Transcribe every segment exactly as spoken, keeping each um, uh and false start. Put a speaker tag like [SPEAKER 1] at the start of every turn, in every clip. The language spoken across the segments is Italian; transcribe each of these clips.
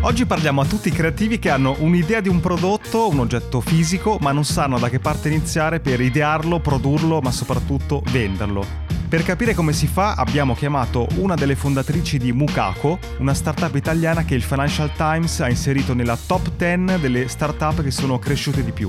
[SPEAKER 1] Oggi parliamo a tutti i creativi che hanno un'idea di un prodotto, un oggetto fisico, ma non sanno da che parte iniziare per idearlo, produrlo, ma soprattutto venderlo. Per capire come si fa abbiamo chiamato una delle fondatrici di Mukaco, una startup italiana che il Financial Times ha inserito nella top dieci delle startup che sono cresciute di più.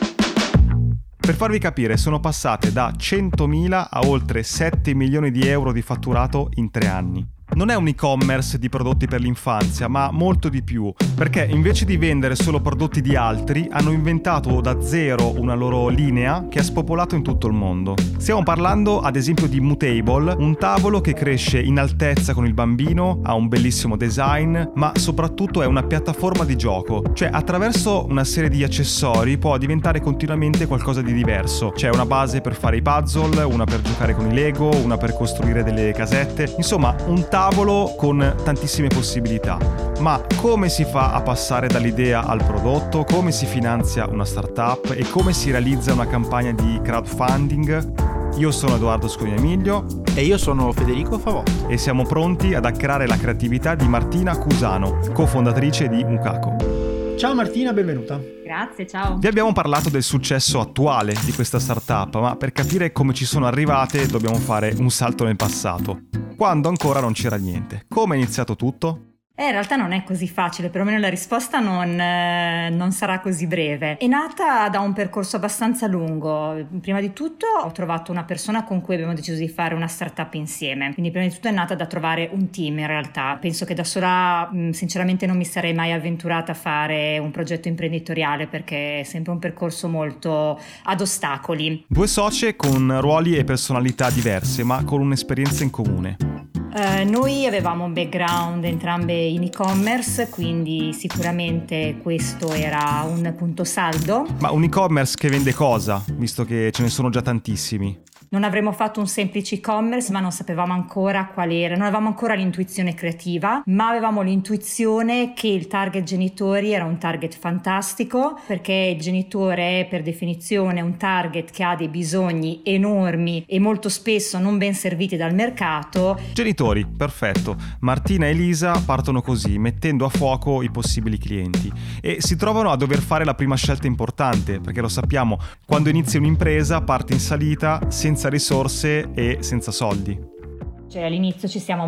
[SPEAKER 1] Per farvi capire, sono passate da centomila a oltre sette milioni di euro di fatturato in tre anni. Non è un e-commerce di prodotti per l'infanzia, ma molto di più, perché invece di vendere solo prodotti di altri, hanno inventato da zero una loro linea che ha spopolato in tutto il mondo. Stiamo parlando ad esempio di Mutable, un tavolo che cresce in altezza con il bambino, ha un bellissimo design, ma soprattutto è una piattaforma di gioco, cioè attraverso una serie di accessori può diventare continuamente qualcosa di diverso. C'è una base per fare i puzzle, una per giocare con i Lego, una per costruire delle casette, insomma un tavolo con tantissime possibilità. Ma come si fa a passare dall'idea al prodotto? Come si finanzia una startup? E come si realizza una campagna di crowdfunding? Io sono Edoardo Scognamiglio
[SPEAKER 2] e io sono Federico Favò
[SPEAKER 1] e siamo pronti ad hackerare la creatività di Martina Cusano, cofondatrice di Mukaco.
[SPEAKER 3] Ciao Martina, benvenuta.
[SPEAKER 4] Grazie, ciao.
[SPEAKER 1] Vi abbiamo parlato del successo attuale di questa startup, ma per capire come ci sono arrivate dobbiamo fare un salto nel passato, quando ancora non c'era niente. Come è iniziato tutto?
[SPEAKER 4] Eh, in realtà non è così facile, perlomeno la risposta non, eh, non sarà così breve. È nata da un percorso abbastanza lungo. Prima di tutto ho trovato una persona con cui abbiamo deciso di fare una startup insieme. Quindi prima di tutto è nata da trovare un team in realtà. Penso che da sola mh, sinceramente non mi sarei mai avventurata a fare un progetto imprenditoriale perché è sempre un percorso molto ad ostacoli.
[SPEAKER 1] Due socie con ruoli e personalità diverse, ma con un'esperienza in comune.
[SPEAKER 4] Uh, noi avevamo un background entrambe in e-commerce, quindi sicuramente questo era un punto saldo.
[SPEAKER 1] Ma un e-commerce che vende cosa, visto che ce ne sono già tantissimi?
[SPEAKER 4] Non avremmo fatto un semplice e-commerce, ma non sapevamo ancora qual era, non avevamo ancora l'intuizione creativa, ma avevamo l'intuizione che il target genitori era un target fantastico, perché il genitore è per definizione un target che ha dei bisogni enormi e molto spesso non ben serviti dal mercato.
[SPEAKER 1] Genitori, perfetto. Martina e Elisa partono così, mettendo a fuoco i possibili clienti e si trovano a dover fare la prima scelta importante, perché lo sappiamo, quando inizi un'impresa parte in salita senza risorse e senza soldi.
[SPEAKER 4] Cioè all'inizio ci siamo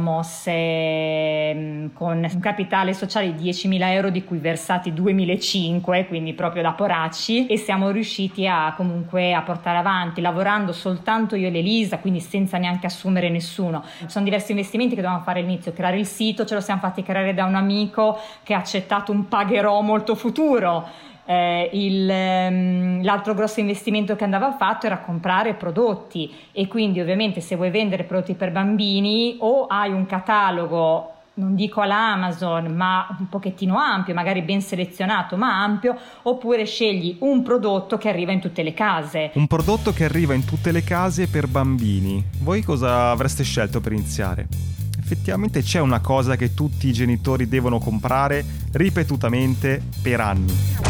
[SPEAKER 4] mosse mh, con un capitale sociale di diecimila euro di cui versati duemilacinquecento, quindi proprio da poracci, e siamo riusciti a comunque a portare avanti lavorando soltanto io e Elisa, quindi senza neanche assumere nessuno. Ci sono diversi investimenti che dovevamo fare all'inizio, creare il sito, ce lo siamo fatti creare da un amico che ha accettato un pagherò molto futuro. Eh, il, ehm, l'altro grosso investimento che andava fatto era comprare prodotti e quindi ovviamente se vuoi vendere prodotti per bambini o hai un catalogo, non dico alla Amazon, ma un pochettino ampio, magari ben selezionato ma ampio, oppure scegli un prodotto che arriva in tutte le case.
[SPEAKER 1] Un prodotto che arriva in tutte le case per bambini. Voi cosa avreste scelto per iniziare? Effettivamente c'è una cosa che tutti i genitori devono comprare ripetutamente per anni.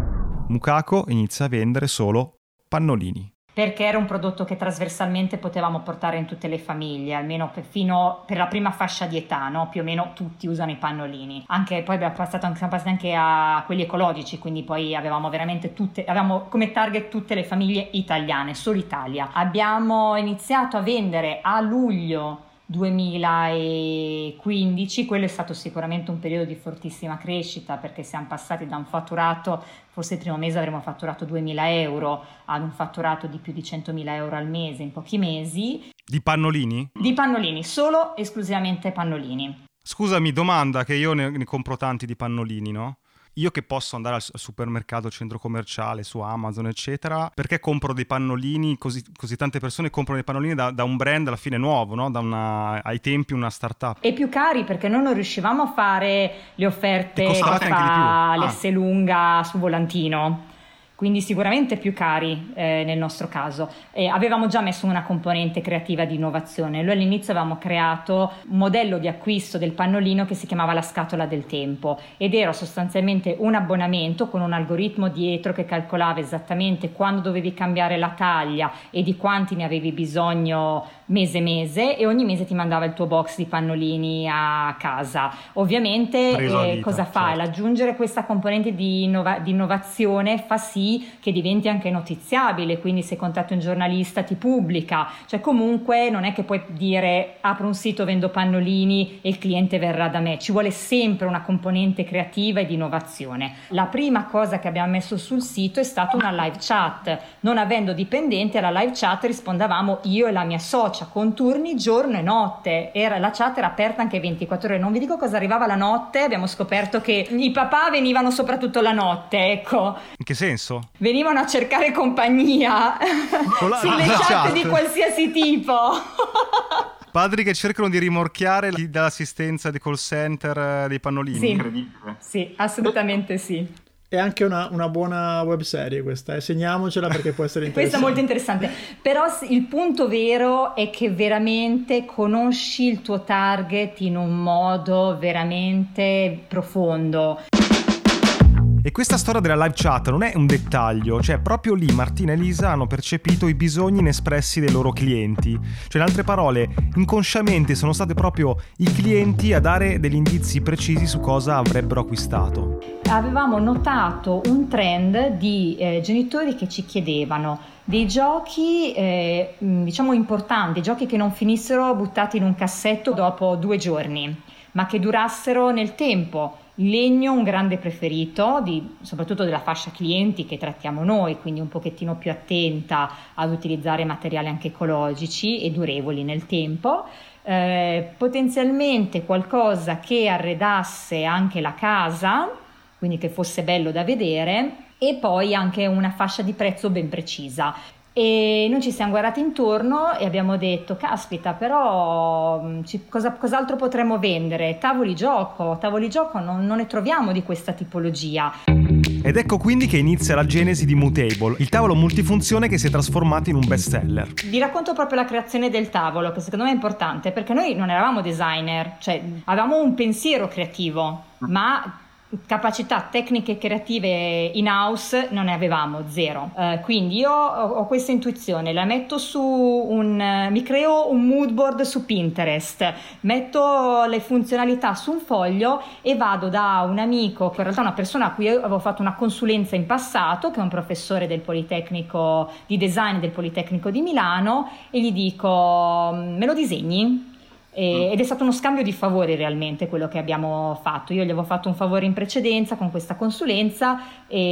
[SPEAKER 1] Mukaco inizia a vendere solo pannolini.
[SPEAKER 4] Perché era un prodotto che trasversalmente potevamo portare in tutte le famiglie, almeno per, fino per la prima fascia di età, no? Più o meno tutti usano i pannolini. Anche poi abbiamo passato anche, siamo passati anche a quelli ecologici, quindi poi avevamo veramente tutte, avevamo come target tutte le famiglie italiane, solo Italia. Abbiamo iniziato a vendere a luglio duemilaquindici, quello è stato sicuramente un periodo di fortissima crescita perché siamo passati da un fatturato, forse il primo mese avremmo fatturato duemila euro ad un fatturato di più di centomila euro al mese in pochi mesi.
[SPEAKER 1] Di pannolini?
[SPEAKER 4] Di pannolini, solo esclusivamente pannolini.
[SPEAKER 1] Scusami, domanda, che io ne, ne compro tanti di pannolini, no? Io che posso andare al supermercato, al centro commerciale, su Amazon, eccetera, perché compro dei pannolini, così, così tante persone comprano dei pannolini da, da un brand alla fine nuovo, no? Da una, ai tempi una startup.
[SPEAKER 4] E più cari perché noi non riuscivamo a fare le offerte che fa
[SPEAKER 1] l'S
[SPEAKER 4] ah. lunga su volantino. quindi sicuramente più cari eh, nel nostro caso. E avevamo già messo una componente creativa di innovazione. Noi all'inizio avevamo creato un modello di acquisto del pannolino che si chiamava la scatola del tempo, ed era sostanzialmente un abbonamento con un algoritmo dietro che calcolava esattamente quando dovevi cambiare la taglia e di quanti ne avevi bisogno mese mese, e ogni mese ti mandava il tuo box di pannolini a casa. Ovviamente eh, cosa fa? Certo. L'aggiungere questa componente di, innova- di innovazione fa sì che diventi anche notiziabile, quindi se contatti un giornalista ti pubblica, cioè comunque non è che puoi dire apro un sito, vendo pannolini e il cliente verrà da me, ci vuole sempre una componente creativa e di innovazione. La prima cosa che abbiamo messo sul sito è stata una live chat. Non avendo dipendenti, alla live chat rispondevamo io e la mia socia con turni giorno e notte. Era, la chat era aperta anche ventiquattro ore. Non vi dico cosa arrivava la notte, abbiamo scoperto che i papà venivano soprattutto la notte, ecco.
[SPEAKER 1] In che senso?
[SPEAKER 4] Venivano a cercare compagnia la, sulle chat, chat di qualsiasi tipo.
[SPEAKER 1] Padri che cercano di rimorchiare dall'assistenza di call center dei pannolini.
[SPEAKER 4] Sì,
[SPEAKER 1] incredibile.
[SPEAKER 4] Sì, assolutamente sì.
[SPEAKER 2] È anche una, una buona web serie questa, eh? Segniamocela perché può essere interessante.
[SPEAKER 4] Questa è molto interessante, però il punto vero è che veramente conosci il tuo target in un modo veramente profondo.
[SPEAKER 1] E questa storia della live chat non è un dettaglio, cioè proprio lì Martina e Lisa hanno percepito i bisogni inespressi dei loro clienti. Cioè in altre parole, inconsciamente sono state proprio i clienti a dare degli indizi precisi su cosa avrebbero acquistato.
[SPEAKER 4] Avevamo notato un trend di eh, genitori che ci chiedevano dei giochi eh, diciamo importanti, giochi che non finissero buttati in un cassetto dopo due giorni, ma che durassero nel tempo. Il legno, un grande preferito, di, soprattutto della fascia clienti che trattiamo noi, quindi un pochettino più attenta ad utilizzare materiali anche ecologici e durevoli nel tempo. Eh, potenzialmente qualcosa che arredasse anche la casa, quindi che fosse bello da vedere, e poi anche una fascia di prezzo ben precisa. E noi ci siamo guardati intorno e abbiamo detto caspita, però ci, cosa, cos'altro potremmo vendere? Tavoli gioco, tavoli gioco non, non ne troviamo di questa tipologia.
[SPEAKER 1] Ed ecco quindi che inizia la genesi di Mootable, il tavolo multifunzione che si è trasformato in un bestseller.
[SPEAKER 4] Vi racconto proprio la creazione del tavolo, che secondo me è importante, perché noi non eravamo designer, cioè avevamo un pensiero creativo, ma capacità tecniche e creative in house non ne avevamo, zero. Uh, quindi io ho, ho questa intuizione, la metto su un uh, mi creo un mood board su Pinterest, metto le funzionalità su un foglio e vado da un amico, che in realtà è una persona a cui io avevo fatto una consulenza in passato, che è un professore del Politecnico di design del Politecnico di Milano, e gli dico me lo disegni? E, ed è stato uno scambio di favori realmente quello che abbiamo fatto. Io gli avevo fatto un favore in precedenza con questa consulenza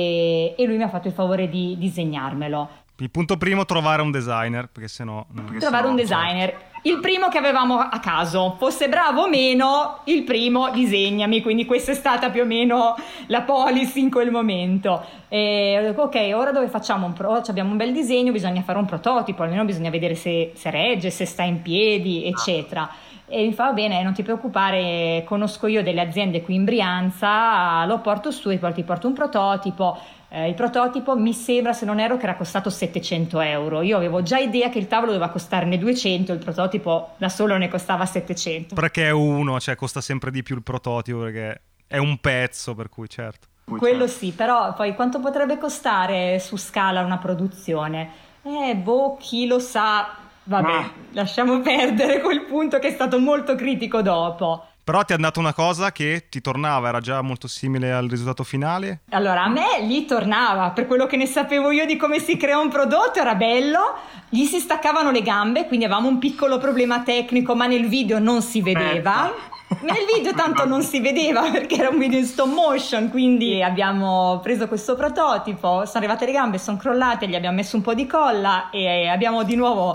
[SPEAKER 4] e, e lui mi ha fatto il favore di disegnarmelo.
[SPEAKER 1] Il punto primo, trovare un designer, perché sennò
[SPEAKER 4] perché trovare sennò, un designer, il primo che avevamo a caso, fosse bravo o meno, il primo disegnami, quindi questa è stata più o meno la policy in quel momento. E ho detto ok, ora dove facciamo un pro, abbiamo un bel disegno, bisogna fare un prototipo, almeno bisogna vedere se, se regge, se sta in piedi, eccetera. E mi fa va bene, non ti preoccupare, conosco io delle aziende qui in Brianza, lo porto su e ti porto un prototipo. Eh, il prototipo mi sembra, se non erro, che era costato settecento euro. Io avevo già idea che il tavolo doveva costarne duecento, il prototipo da solo ne costava settecento.
[SPEAKER 1] Perché è uno, cioè costa sempre di più il prototipo perché è un pezzo, per cui certo.
[SPEAKER 4] Quello sì, però poi quanto potrebbe costare su scala una produzione? Eh, boh, chi lo sa. Vabbè, Ma... lasciamo perdere quel punto che è stato molto critico dopo.
[SPEAKER 1] Però ti ha dato una cosa che ti tornava, era già molto simile al risultato finale?
[SPEAKER 4] Allora, a me lì tornava, per quello che ne sapevo io di come si crea un prodotto, era bello, gli si staccavano le gambe, quindi avevamo un piccolo problema tecnico, ma nel video non si vedeva. Nel video tanto non si vedeva perché era un video in stop motion, quindi abbiamo preso questo prototipo, sono arrivate le gambe, sono crollate, gli abbiamo messo un po' di colla e abbiamo di nuovo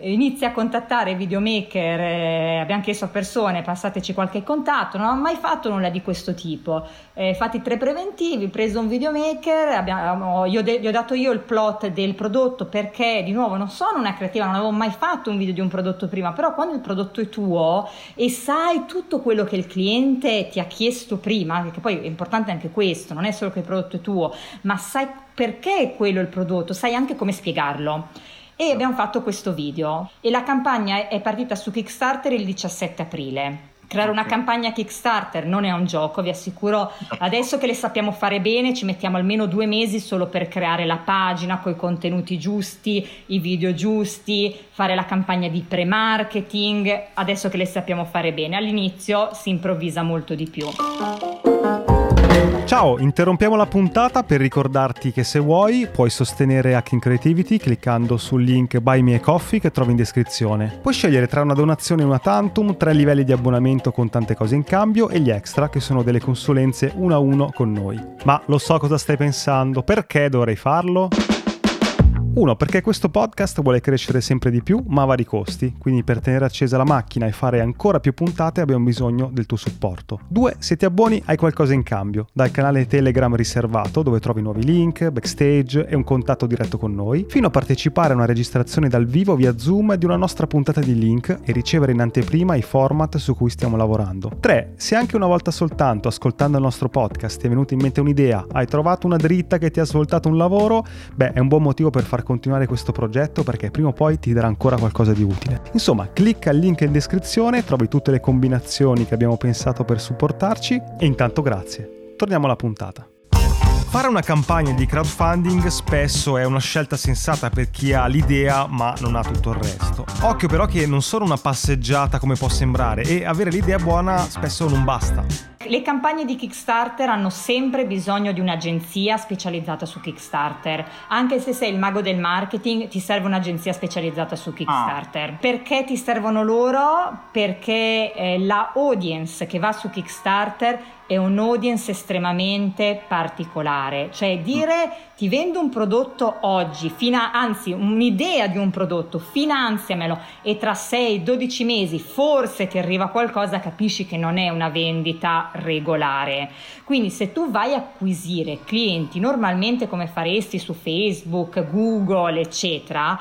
[SPEAKER 4] inizia a contattare videomaker, eh, abbiamo chiesto a persone passateci qualche contatto, non ho mai fatto nulla di questo tipo, eh, fatti tre preventivi, preso un videomaker, abbiamo, io de- gli ho dato io il plot del prodotto perché di nuovo non sono una creativa, non avevo mai fatto un video di un prodotto prima, però quando il prodotto è tuo e sai tutto quello che il cliente ti ha chiesto prima, perché poi è importante anche questo, non è solo che il prodotto è tuo, ma sai perché è quello il prodotto, sai anche come spiegarlo. E abbiamo fatto questo video e la campagna è partita su Kickstarter il diciassette aprile. Creare una campagna Kickstarter non è un gioco, vi assicuro, adesso che le sappiamo fare bene ci mettiamo almeno due mesi solo per creare la pagina con i contenuti giusti, i video giusti, fare la campagna di pre-marketing, adesso che le sappiamo fare bene, all'inizio si improvvisa molto di più.
[SPEAKER 1] Ciao, interrompiamo la puntata per ricordarti che se vuoi puoi sostenere Hacking Creativity cliccando sul link Buy Me a Coffee che trovi in descrizione. Puoi scegliere tra una donazione e una tantum, tre livelli di abbonamento con tante cose in cambio e gli extra che sono delle consulenze uno a uno con noi. Ma lo so cosa stai pensando, perché dovrei farlo? Uno, perché questo podcast vuole crescere sempre di più, ma a vari costi, quindi per tenere accesa la macchina e fare ancora più puntate abbiamo bisogno del tuo supporto. Due, se ti abboni hai qualcosa in cambio, dal canale Telegram riservato dove trovi nuovi link, backstage e un contatto diretto con noi, fino a partecipare a una registrazione dal vivo via Zoom di una nostra puntata di Link e ricevere in anteprima i format su cui stiamo lavorando. Tre, se anche una volta soltanto ascoltando il nostro podcast ti è venuta in mente un'idea, hai trovato una dritta che ti ha svoltato un lavoro, beh è un buon motivo per far continuare questo progetto perché prima o poi ti darà ancora qualcosa di utile. Insomma, clicca il link in descrizione, trovi tutte le combinazioni che abbiamo pensato per supportarci e intanto grazie. Torniamo alla puntata. Fare una campagna di crowdfunding spesso è una scelta sensata per chi ha l'idea ma non ha tutto il resto. Occhio però che non sono una passeggiata come può sembrare e avere l'idea buona spesso non basta.
[SPEAKER 4] Le campagne di Kickstarter hanno sempre bisogno di un'agenzia specializzata su Kickstarter. Anche se sei il mago del marketing, ti serve un'agenzia specializzata su Kickstarter. Ah. Perché ti servono loro? Perché eh, la audience che va su Kickstarter è un audience estremamente particolare. Cioè dire ti vendo un prodotto oggi, fina- anzi un'idea di un prodotto, finanziamelo e tra sei dodici mesi forse ti arriva qualcosa, capisci che non è una vendita regolare. Quindi se tu vai a acquisire clienti normalmente come faresti su Facebook, Google eccetera,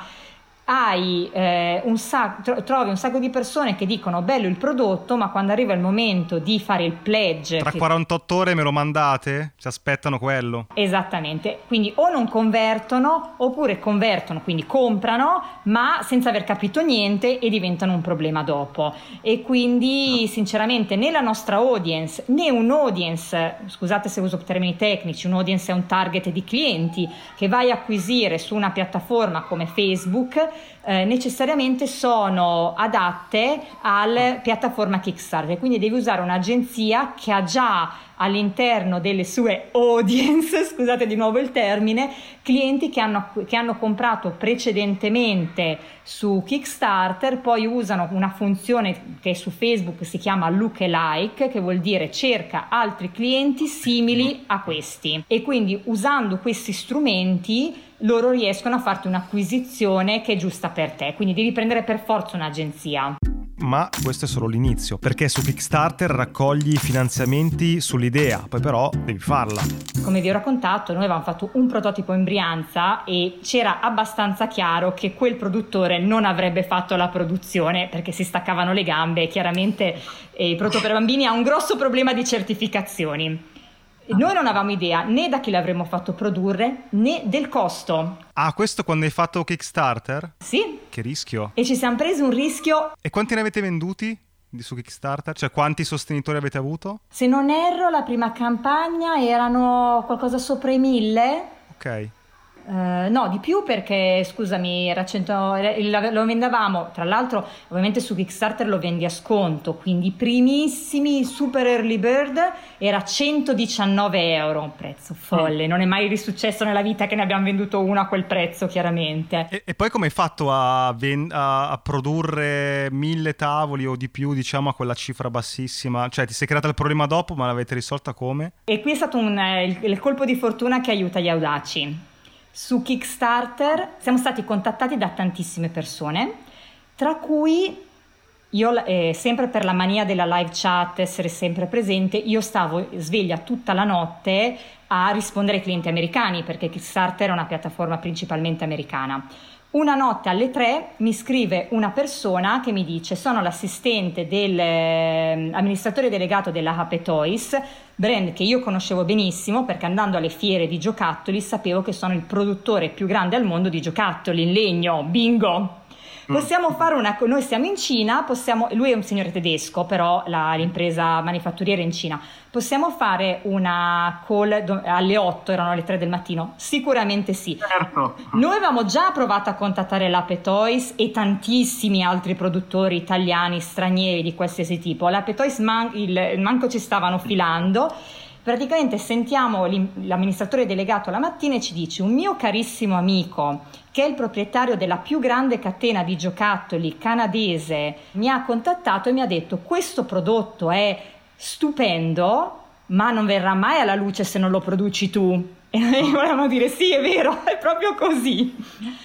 [SPEAKER 4] hai eh, un sacco, trovi un sacco di persone che dicono bello il prodotto, ma quando arriva il momento di fare il pledge
[SPEAKER 1] tra
[SPEAKER 4] che...
[SPEAKER 1] quarantotto ore me lo mandate? Ci aspettano quello.
[SPEAKER 4] Esattamente, quindi o non convertono oppure convertono, quindi comprano ma senza aver capito niente e diventano un problema dopo. E quindi sinceramente né la nostra audience né un audience, scusate se uso termini tecnici, un audience è un target di clienti che vai a acquisire su una piattaforma come Facebook Eh, necessariamente sono adatte alla piattaforma Kickstarter, quindi devi usare un'agenzia che ha già all'interno delle sue audience, scusate di nuovo il termine, clienti che hanno, che hanno comprato precedentemente su Kickstarter, poi usano una funzione che su Facebook si chiama lookalike, che vuol dire cerca altri clienti simili a questi, e quindi usando questi strumenti loro riescono a farti un'acquisizione che è giusta per te, quindi devi prendere per forza un'agenzia.
[SPEAKER 1] Ma questo è solo l'inizio, perché su Kickstarter raccogli finanziamenti sull'idea, poi però devi farla.
[SPEAKER 4] Come vi ho raccontato, noi avevamo fatto un prototipo in Brianza e c'era abbastanza chiaro che quel produttore non avrebbe fatto la produzione perché si staccavano le gambe e chiaramente eh, il prodotto per bambini ha un grosso problema di certificazioni. Noi non avevamo idea né da chi l'avremmo fatto produrre né del costo.
[SPEAKER 1] Ah, questo quando hai fatto Kickstarter?
[SPEAKER 4] Sì.
[SPEAKER 1] Che rischio.
[SPEAKER 4] E ci siamo presi un rischio.
[SPEAKER 1] E quanti ne avete venduti su Kickstarter? Cioè quanti sostenitori avete avuto?
[SPEAKER 4] Se non erro la prima campagna erano qualcosa sopra i mille.
[SPEAKER 1] Ok.
[SPEAKER 4] Uh, no, di più perché, scusami, era cento, lo vendavamo, tra l'altro ovviamente su Kickstarter lo vendi a sconto, quindi i primissimi super early bird era centodiciannove euro, un prezzo folle, mm. non è mai risuccesso nella vita che ne abbiamo venduto uno a quel prezzo chiaramente.
[SPEAKER 1] E, e poi come hai fatto a, ven- a, a produrre mille tavoli o di più, diciamo, a quella cifra bassissima? Cioè ti sei creata il problema dopo, ma l'avete risolta come?
[SPEAKER 4] E qui è stato un, eh, il, il colpo di fortuna che aiuta gli audaci. Su Kickstarter siamo stati contattati da tantissime persone tra cui io, eh, sempre per la mania della live chat, essere sempre presente, io stavo sveglia tutta la notte a rispondere ai clienti americani, perché Kickstarter è una piattaforma principalmente americana. Una notte alle tre mi scrive una persona che mi dice: sono l'assistente dell'amministratore delegato della Happy Toys, brand che io conoscevo benissimo perché andando alle fiere di giocattoli sapevo che sono il produttore più grande al mondo di giocattoli in legno, bingo! Possiamo fare una, noi siamo in Cina, possiamo, lui è un signore tedesco, però la, l'impresa manifatturiera è in Cina, possiamo fare una call do, alle otto, erano le tre del mattino? Sicuramente sì.
[SPEAKER 1] Certo.
[SPEAKER 4] Noi avevamo già provato a contattare l'Happy Toys e tantissimi altri produttori italiani, stranieri di qualsiasi tipo. L'Happy Toys man, il, manco ci stavano filando. Praticamente sentiamo l'amministratore delegato la mattina e ci dice: un mio carissimo amico che è il proprietario della più grande catena di giocattoli canadese mi ha contattato e mi ha detto: questo prodotto è stupendo ma non verrà mai alla luce se non lo produci tu. E noi volevamo dire sì, è vero, è proprio così.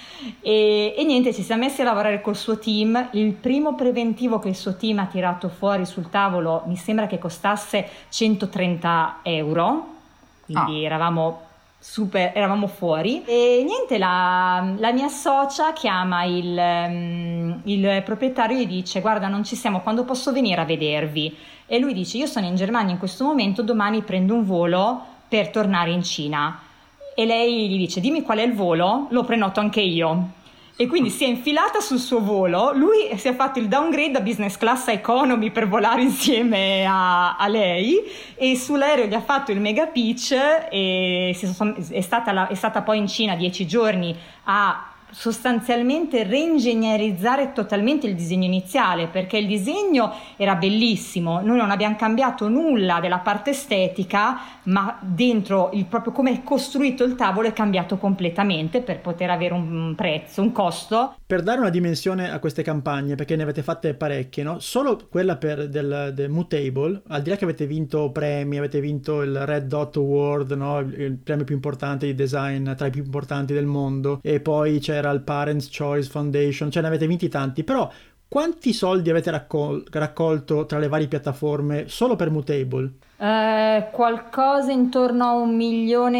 [SPEAKER 4] E, e niente, ci siamo messi a lavorare col suo team. Il primo preventivo che il suo team ha tirato fuori sul tavolo mi sembra che costasse centotrenta euro, quindi ah. eravamo super, eravamo fuori. E niente, la, la mia socia chiama il, um, il proprietario e gli dice: guarda, non ci siamo, quando posso venire a vedervi? E lui dice: io sono in Germania in questo momento, domani prendo un volo per tornare in Cina. E lei gli dice: dimmi qual è il volo, lo prenoto anche io. E quindi si è infilata sul suo volo, lui si è fatto il downgrade da business class a economy per volare insieme a, a lei, e sull'aereo gli ha fatto il mega pitch e si sono, è, stata la, è stata poi in Cina dieci giorni a sostanzialmente reingegnerizzare totalmente il disegno iniziale, perché il disegno era bellissimo, noi non abbiamo cambiato nulla della parte estetica, ma dentro il proprio come è costruito il tavolo è cambiato completamente per poter avere un prezzo, un costo.
[SPEAKER 2] Per dare una dimensione a queste campagne, perché ne avete fatte parecchie, no? Solo quella per del, del Mootable, al di là che avete vinto premi, avete vinto il Red Dot Award, no? il, il premio più importante di design, tra i più importanti del mondo, e poi c'era il Parents Choice Foundation, cioè ne avete vinti tanti, però quanti soldi avete raccol- raccolto tra le varie piattaforme solo per Mootable?
[SPEAKER 4] Eh, qualcosa intorno a un milione e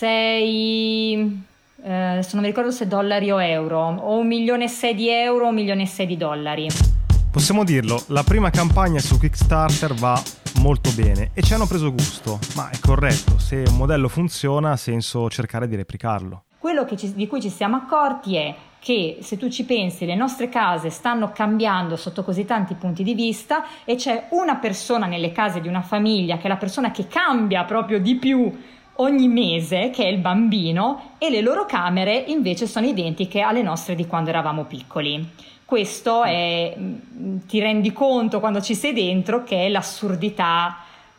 [SPEAKER 4] sei... Eh, adesso non mi ricordo se dollari o euro, o un milione e sei di euro o un milione e sei di dollari.
[SPEAKER 1] Possiamo dirlo, la prima campagna su Kickstarter va molto bene e ci hanno preso gusto, ma è corretto, se un modello funziona ha senso cercare di replicarlo.
[SPEAKER 4] Quello che ci, di cui ci siamo accorti è che, se tu ci pensi, le nostre case stanno cambiando sotto così tanti punti di vista e c'è una persona nelle case di una famiglia che è la persona che cambia proprio di più ogni mese, che è il bambino, e le loro camere invece sono identiche alle nostre di quando eravamo piccoli. Questo è, ti rendi conto quando ci sei dentro, che è l'assurdità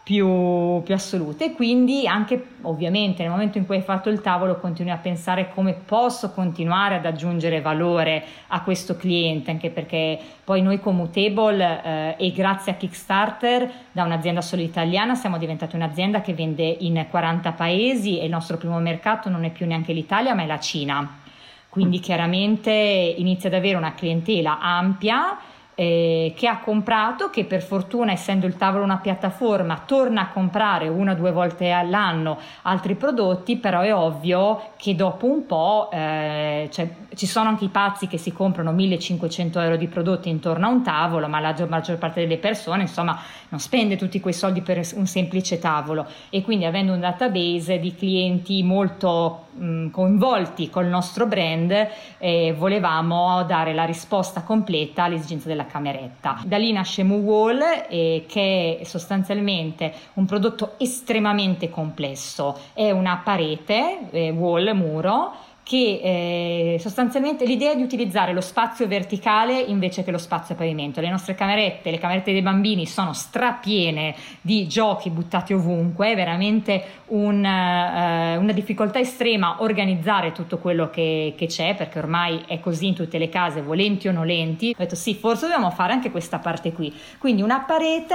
[SPEAKER 4] più, più assoluta, e quindi anche ovviamente nel momento in cui hai fatto il tavolo continui a pensare come posso continuare ad aggiungere valore a questo cliente, anche perché poi noi con Mootable eh, e grazie a Kickstarter, da un'azienda solo italiana siamo diventati un'azienda che vende in quaranta paesi e il nostro primo mercato non è più neanche l'Italia ma è la Cina, quindi chiaramente inizia ad avere una clientela ampia eh, che ha comprato, che per fortuna, essendo il tavolo una piattaforma, torna a comprare una o due volte all'anno altri prodotti, però è ovvio che dopo un po' eh, cioè, ci sono anche i pazzi che si comprano millecinquecento euro di prodotti intorno a un tavolo, ma la maggior parte delle persone insomma non spende tutti quei soldi per un semplice tavolo, e quindi avendo un database di clienti molto mh, coinvolti col nostro brand eh, volevamo dare la risposta completa alle esigenze della cameretta. Da lì nasce Moowall, eh, che è sostanzialmente un prodotto estremamente complesso, è una parete, eh, wall, muro, che eh, sostanzialmente l'idea è di utilizzare lo spazio verticale invece che lo spazio a pavimento. Le nostre camerette, le camerette dei bambini sono strapiene di giochi buttati ovunque, è veramente un, eh, una difficoltà estrema organizzare tutto quello che, che c'è, perché ormai è così in tutte le case, volenti o nolenti. Ho detto sì, forse dobbiamo fare anche questa parte qui, quindi una parete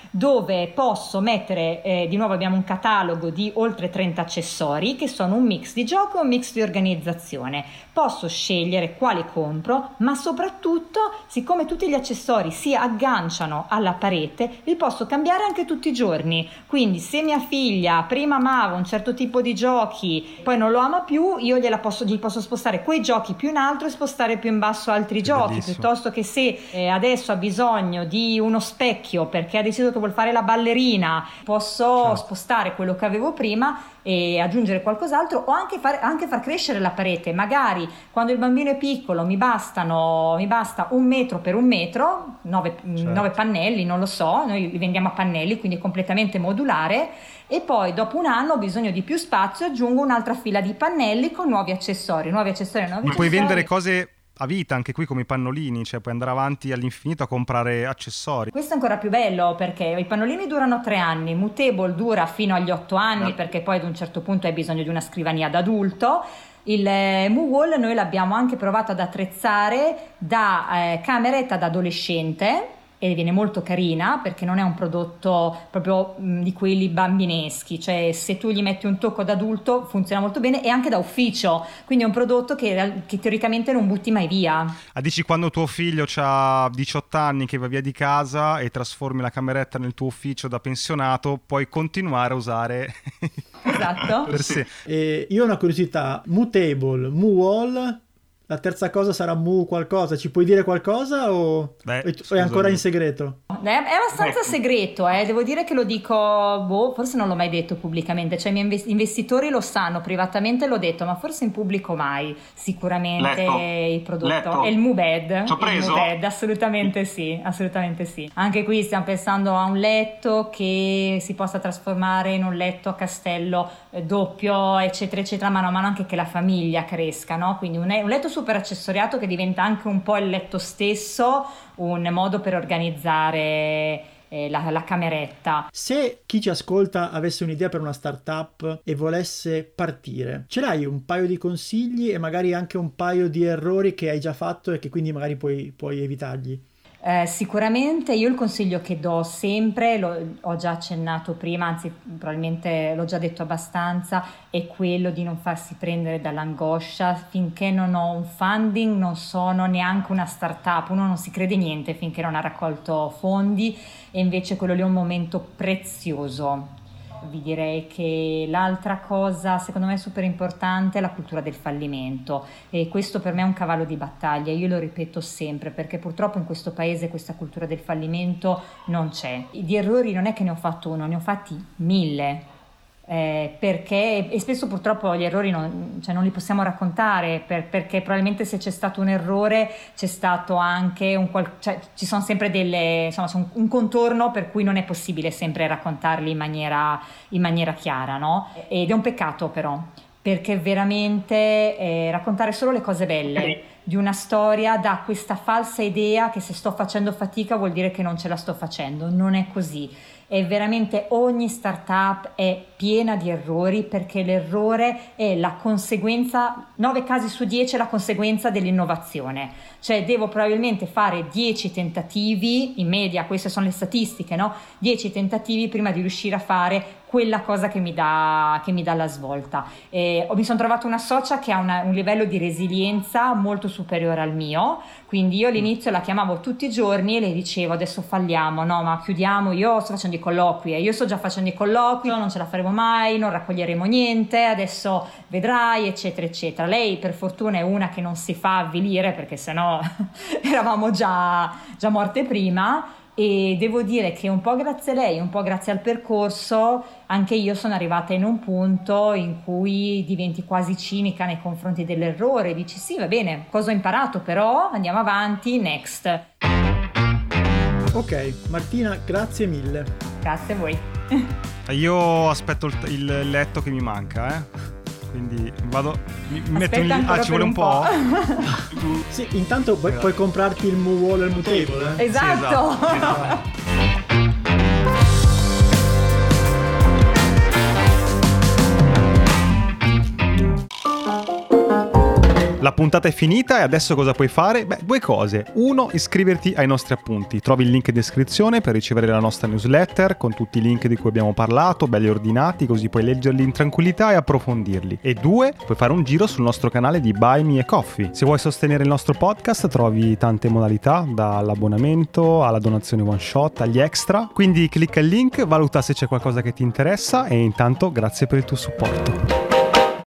[SPEAKER 4] dove posso mettere, eh, di nuovo abbiamo un catalogo di oltre trenta accessori che sono un mix di gioco e un mix di organizzazione. Posso scegliere quali compro, ma soprattutto, siccome tutti gli accessori si agganciano alla parete, li posso cambiare anche tutti i giorni. Quindi se mia figlia prima amava un certo tipo di giochi, poi non lo ama più, io gliela posso, gli posso spostare quei giochi più in alto e spostare più in basso altri giochi,
[SPEAKER 1] bellissimo.
[SPEAKER 4] Piuttosto che se eh, adesso ha bisogno di uno specchio perché ha deciso che vuol fare la ballerina, posso
[SPEAKER 1] certo.
[SPEAKER 4] spostare quello che avevo prima e aggiungere qualcos'altro, o anche, fare, anche far crescere la parete. Magari quando il bambino è piccolo mi bastano mi basta un metro per un metro, nove,
[SPEAKER 1] certo.
[SPEAKER 4] nove pannelli, non lo so, noi li vendiamo a pannelli, quindi è completamente modulare, e poi dopo un anno ho bisogno di più spazio, aggiungo un'altra fila di pannelli con nuovi accessori, nuovi accessori, nuovi
[SPEAKER 1] Ma
[SPEAKER 4] accessori.
[SPEAKER 1] puoi vendere cose a vita anche qui come i pannolini, cioè puoi andare avanti all'infinito a comprare accessori.
[SPEAKER 4] Questo è ancora più bello perché i pannolini durano tre anni, Mutable dura fino agli otto anni,
[SPEAKER 1] eh.
[SPEAKER 4] perché poi ad un certo punto hai bisogno di una scrivania da adulto. Il eh, MooWall noi l'abbiamo anche provato ad attrezzare da eh, cameretta da adolescente, e viene molto carina perché non è un prodotto proprio mh, di quelli bambineschi, cioè se tu gli metti un tocco da adulto funziona molto bene, e anche da ufficio, quindi è un prodotto che, che teoricamente non butti mai via.
[SPEAKER 1] Ah, dici quando tuo figlio ha diciotto anni che va via di casa e trasformi la cameretta nel tuo ufficio da pensionato, puoi continuare a usare
[SPEAKER 4] Esatto.
[SPEAKER 1] per sé.
[SPEAKER 2] E io ho una curiosità, Mootable, MooWall, la terza cosa sarà Moo qualcosa, ci puoi dire qualcosa o
[SPEAKER 1] Beh,
[SPEAKER 2] è
[SPEAKER 1] scusami.
[SPEAKER 2] ancora in segreto?
[SPEAKER 4] È abbastanza segreto, eh. Devo dire che lo dico, boh, forse non l'ho mai detto pubblicamente, cioè i miei investitori lo sanno, privatamente l'ho detto, ma forse in pubblico mai. Sicuramente
[SPEAKER 3] Letto.
[SPEAKER 4] il prodotto
[SPEAKER 3] Letto.
[SPEAKER 4] è il MooBed.
[SPEAKER 3] Ci ho preso?
[SPEAKER 4] Il MooBed, assolutamente sì, assolutamente sì. Anche qui stiamo pensando a un letto che si possa trasformare in un letto a castello eh, doppio, eccetera, eccetera, mano a mano anche che la famiglia cresca, no? Quindi un, un letto super accessoriato che diventa anche un po' il letto stesso, un modo per organizzare eh, la, la cameretta.
[SPEAKER 2] Se chi ci ascolta avesse un'idea per una startup e volesse partire, ce l'hai un paio di consigli e magari anche un paio di errori che hai già fatto e che quindi magari puoi, puoi evitargli?
[SPEAKER 4] Eh, sicuramente io il consiglio che do sempre, lo, ho già accennato prima, anzi probabilmente l'ho già detto abbastanza, è quello di non farsi prendere dall'angoscia. Finché non ho un funding non sono neanche una startup, uno non si crede niente finché non ha raccolto fondi, e invece quello lì è un momento prezioso. Vi direi che l'altra cosa secondo me super importante è la cultura del fallimento, e questo per me è un cavallo di battaglia, io lo ripeto sempre perché purtroppo in questo paese questa cultura del fallimento non c'è. Di errori non è che ne ho fatto uno, ne ho fatti mille. Eh, perché e spesso purtroppo gli errori non, cioè non li possiamo raccontare per, perché probabilmente se c'è stato un errore c'è stato anche un qual, cioè ci sono sempre delle insomma sono un contorno per cui non è possibile sempre raccontarli in maniera, in maniera chiara, no? Ed è un peccato però, perché veramente eh, raccontare solo le cose belle di una storia dà questa falsa idea che se sto facendo fatica vuol dire che non ce la sto facendo. Non è così. È veramente, ogni startup è piena di errori, perché l'errore è la conseguenza, nove casi su dieci è la conseguenza dell'innovazione. Cioè devo probabilmente fare dieci tentativi, in media queste sono le statistiche, no? dieci tentativi prima di riuscire a fare quella cosa che mi dà, che mi dà la svolta. E mi sono trovato una socia che ha una, un livello di resilienza molto superiore al mio, quindi io all'inizio la chiamavo tutti i giorni e le dicevo adesso falliamo, no ma chiudiamo, io sto facendo i colloqui, io sto già facendo i colloqui, non ce la faremo mai, non raccoglieremo niente, adesso vedrai, eccetera eccetera. Lei per fortuna è una che non si fa avvilire, perché sennò eravamo già, già morte prima. E devo dire che un po' grazie a lei, un po' grazie al percorso, anche io sono arrivata in un punto in cui diventi quasi cinica nei confronti dell'errore. Dici sì, va bene, cosa ho imparato, però andiamo avanti, next.
[SPEAKER 2] Ok, Martina, grazie mille.
[SPEAKER 4] Grazie a voi.
[SPEAKER 1] Io aspetto il, il letto che mi manca, eh. Quindi vado, mi
[SPEAKER 4] Aspetta
[SPEAKER 1] metto in... Ah, ci vuole un po'?
[SPEAKER 2] po'? Sì, intanto puoi, puoi comprarti il MooWall e il Mootable, eh?
[SPEAKER 4] Esatto.
[SPEAKER 1] Sì, esatto. La puntata è finita e adesso cosa puoi fare? Beh, due cose. Uno, iscriverti ai nostri appunti. Trovi il link in descrizione per ricevere la nostra newsletter con tutti i link di cui abbiamo parlato, belli ordinati, così puoi leggerli in tranquillità e approfondirli. E due, puoi fare un giro sul nostro canale di Buy Me a Coffee. Se vuoi sostenere il nostro podcast trovi tante modalità, dall'abbonamento alla donazione one shot agli extra. Quindi clicca il link, valuta se c'è qualcosa che ti interessa e intanto grazie per il tuo supporto.